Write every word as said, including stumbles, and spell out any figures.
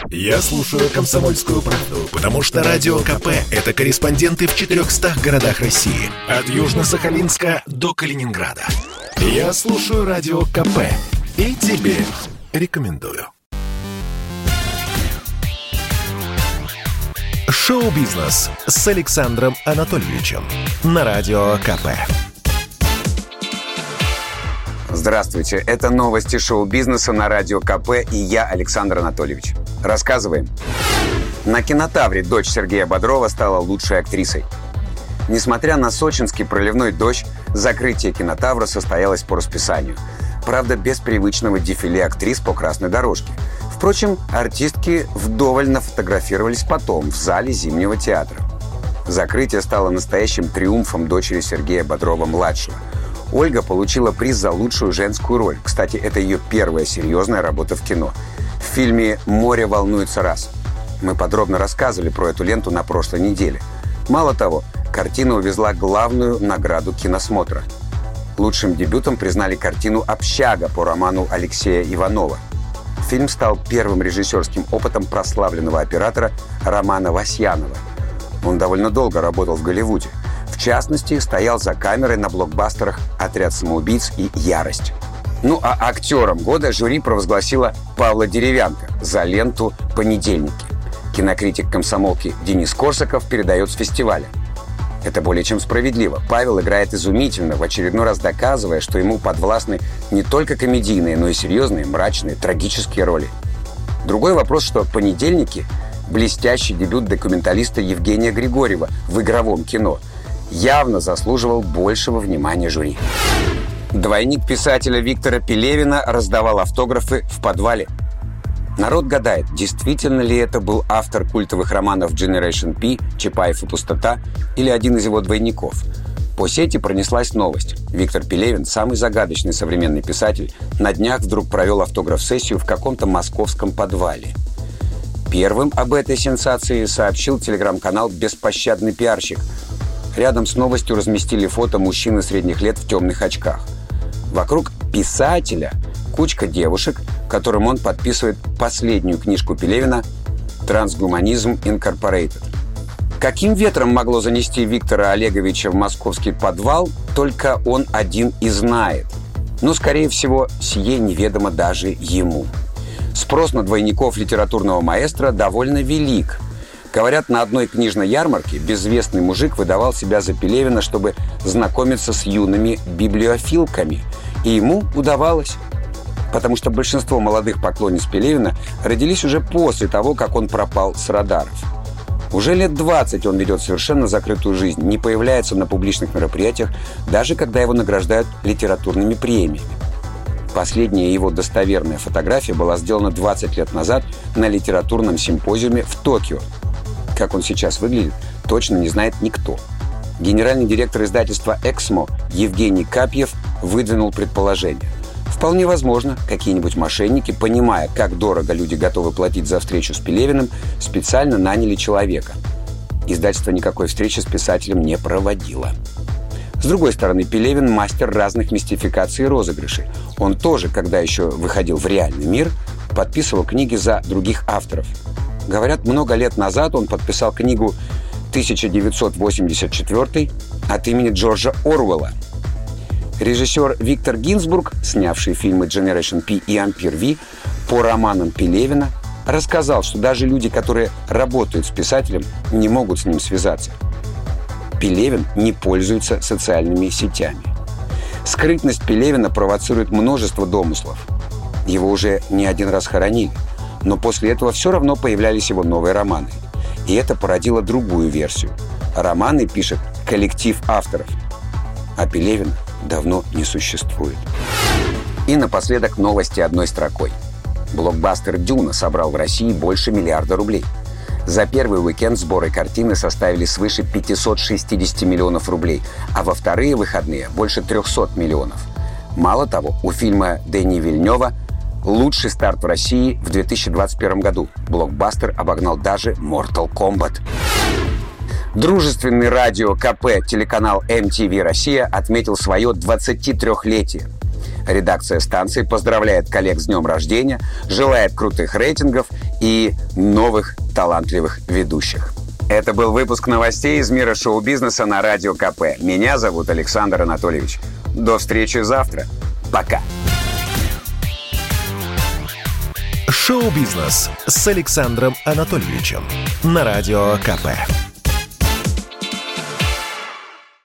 Я слушаю «Комсомольскую правду», потому что Радио КП – это корреспонденты в четырехстах городах России. От Южно-Сахалинска до Калининграда. Я слушаю Радио КП и тебе рекомендую. Шоу-бизнес с Александром Анатольевичем на Радио КП. Здравствуйте, это новости шоу-бизнеса на Радио КП и я, Александр Анатольевич. Рассказываем. На «Кинотавре» дочь Сергея Бодрова стала лучшей актрисой. Несмотря на сочинский проливной дождь, закрытие «Кинотавра» состоялось по расписанию. Правда, без привычного дефиле актрис по красной дорожке. Впрочем, артистки вдоволь нафотографировались потом в зале Зимнего театра. Закрытие стало настоящим триумфом дочери Сергея Бодрова-младшего. Ольга получила приз за лучшую женскую роль. Кстати, это ее первая серьезная работа в кино. В фильме «Море волнуется раз». Мы подробно рассказывали про эту ленту на прошлой неделе. Мало того, картина увезла главную награду киносмотра. Лучшим дебютом признали картину «Общага» по роману Алексея Иванова. Фильм стал первым режиссерским опытом прославленного оператора Романа Васьянова. Он довольно долго работал в Голливуде. В частности, стоял за камерой на блокбастерах «Отряд самоубийц» и «Ярость». Ну а актером года жюри провозгласило Павла Деревянко за ленту «Понедельники». Кинокритик «Комсомолки» Денис Корсаков передает с фестиваля. Это более чем справедливо. Павел играет изумительно, в очередной раз доказывая, что ему подвластны не только комедийные, но и серьезные, мрачные, трагические роли. Другой вопрос, что «Понедельники» — блестящий дебют документалиста Евгения Григорьева в игровом кино — явно заслуживал большего внимания жюри. Двойник писателя Виктора Пелевина раздавал автографы в подвале. Народ гадает, действительно ли это был автор культовых романов Generation P, Чапаев и пустота, или один из его двойников. По сети пронеслась новость. Виктор Пелевин, самый загадочный современный писатель, на днях вдруг провел автограф-сессию в каком-то московском подвале. Первым об этой сенсации сообщил телеграм-канал «Беспощадный пиарщик». Рядом с новостью разместили фото мужчины средних лет в темных очках. Вокруг писателя кучка девушек, которым он подписывает последнюю книжку Пелевина «Трансгуманизм Инкорпорейтед». Каким ветром могло занести Виктора Олеговича в московский подвал, только он один и знает. Но, скорее всего, сие неведомо даже ему. Спрос на двойников литературного маэстро довольно велик. Говорят, на одной книжной ярмарке безвестный мужик выдавал себя за Пелевина, чтобы знакомиться с юными библиофилками. И ему удавалось. Потому что большинство молодых поклонниц Пелевина родились уже после того, как он пропал с радаров. Уже лет двадцать он ведет совершенно закрытую жизнь, не появляется на публичных мероприятиях, даже когда его награждают литературными премиями. Последняя его достоверная фотография была сделана двадцать лет назад на литературном симпозиуме в Токио. Как он сейчас выглядит, точно не знает никто. Генеральный директор издательства «Эксмо» Евгений Капьев выдвинул предположение. Вполне возможно, какие-нибудь мошенники, понимая, как дорого люди готовы платить за встречу с Пелевиным, специально наняли человека. Издательство никакой встречи с писателем не проводило. С другой стороны, Пелевин – мастер разных мистификаций и розыгрышей. Он тоже, когда еще выходил в реальный мир, подписывал книги за других авторов. Говорят, много лет назад он подписал книгу тысяча девятьсот восемьдесят четвёртый от имени Джорджа Оруэлла. Режиссер Виктор Гинзбург, снявший фильмы Generation P и Ампир Ви по романам Пелевина, рассказал, что даже люди, которые работают с писателем, не могут с ним связаться. Пелевин не пользуется социальными сетями. Скрытность Пелевина провоцирует множество домыслов. Его уже не один раз хоронили. Но после этого все равно появлялись его новые романы. И это породило другую версию. Романы пишет коллектив авторов. А Пелевина давно не существует. И напоследок новости одной строкой. Блокбастер «Дюна» собрал в России больше миллиарда рублей. За первый уикенд сборы картины составили свыше пятьсот шестьдесят миллионов рублей, а во вторые выходные – больше триста миллионов. Мало того, у фильма Дэни Вильнёва лучший старт в России в две тысячи двадцать первом году. Блокбастер обогнал даже Mortal Kombat. Дружественный радио КП телеканал эм ти ви «Россия» отметил свое двадцатитрёхлетие. Редакция станции поздравляет коллег с днем рождения, желает крутых рейтингов и новых талантливых ведущих. Это был выпуск новостей из мира шоу-бизнеса на Радио КП. Меня зовут Александр Анатольевич. До встречи завтра. Пока. Шоу-бизнес с Александром Анатольевичем на Радио КП.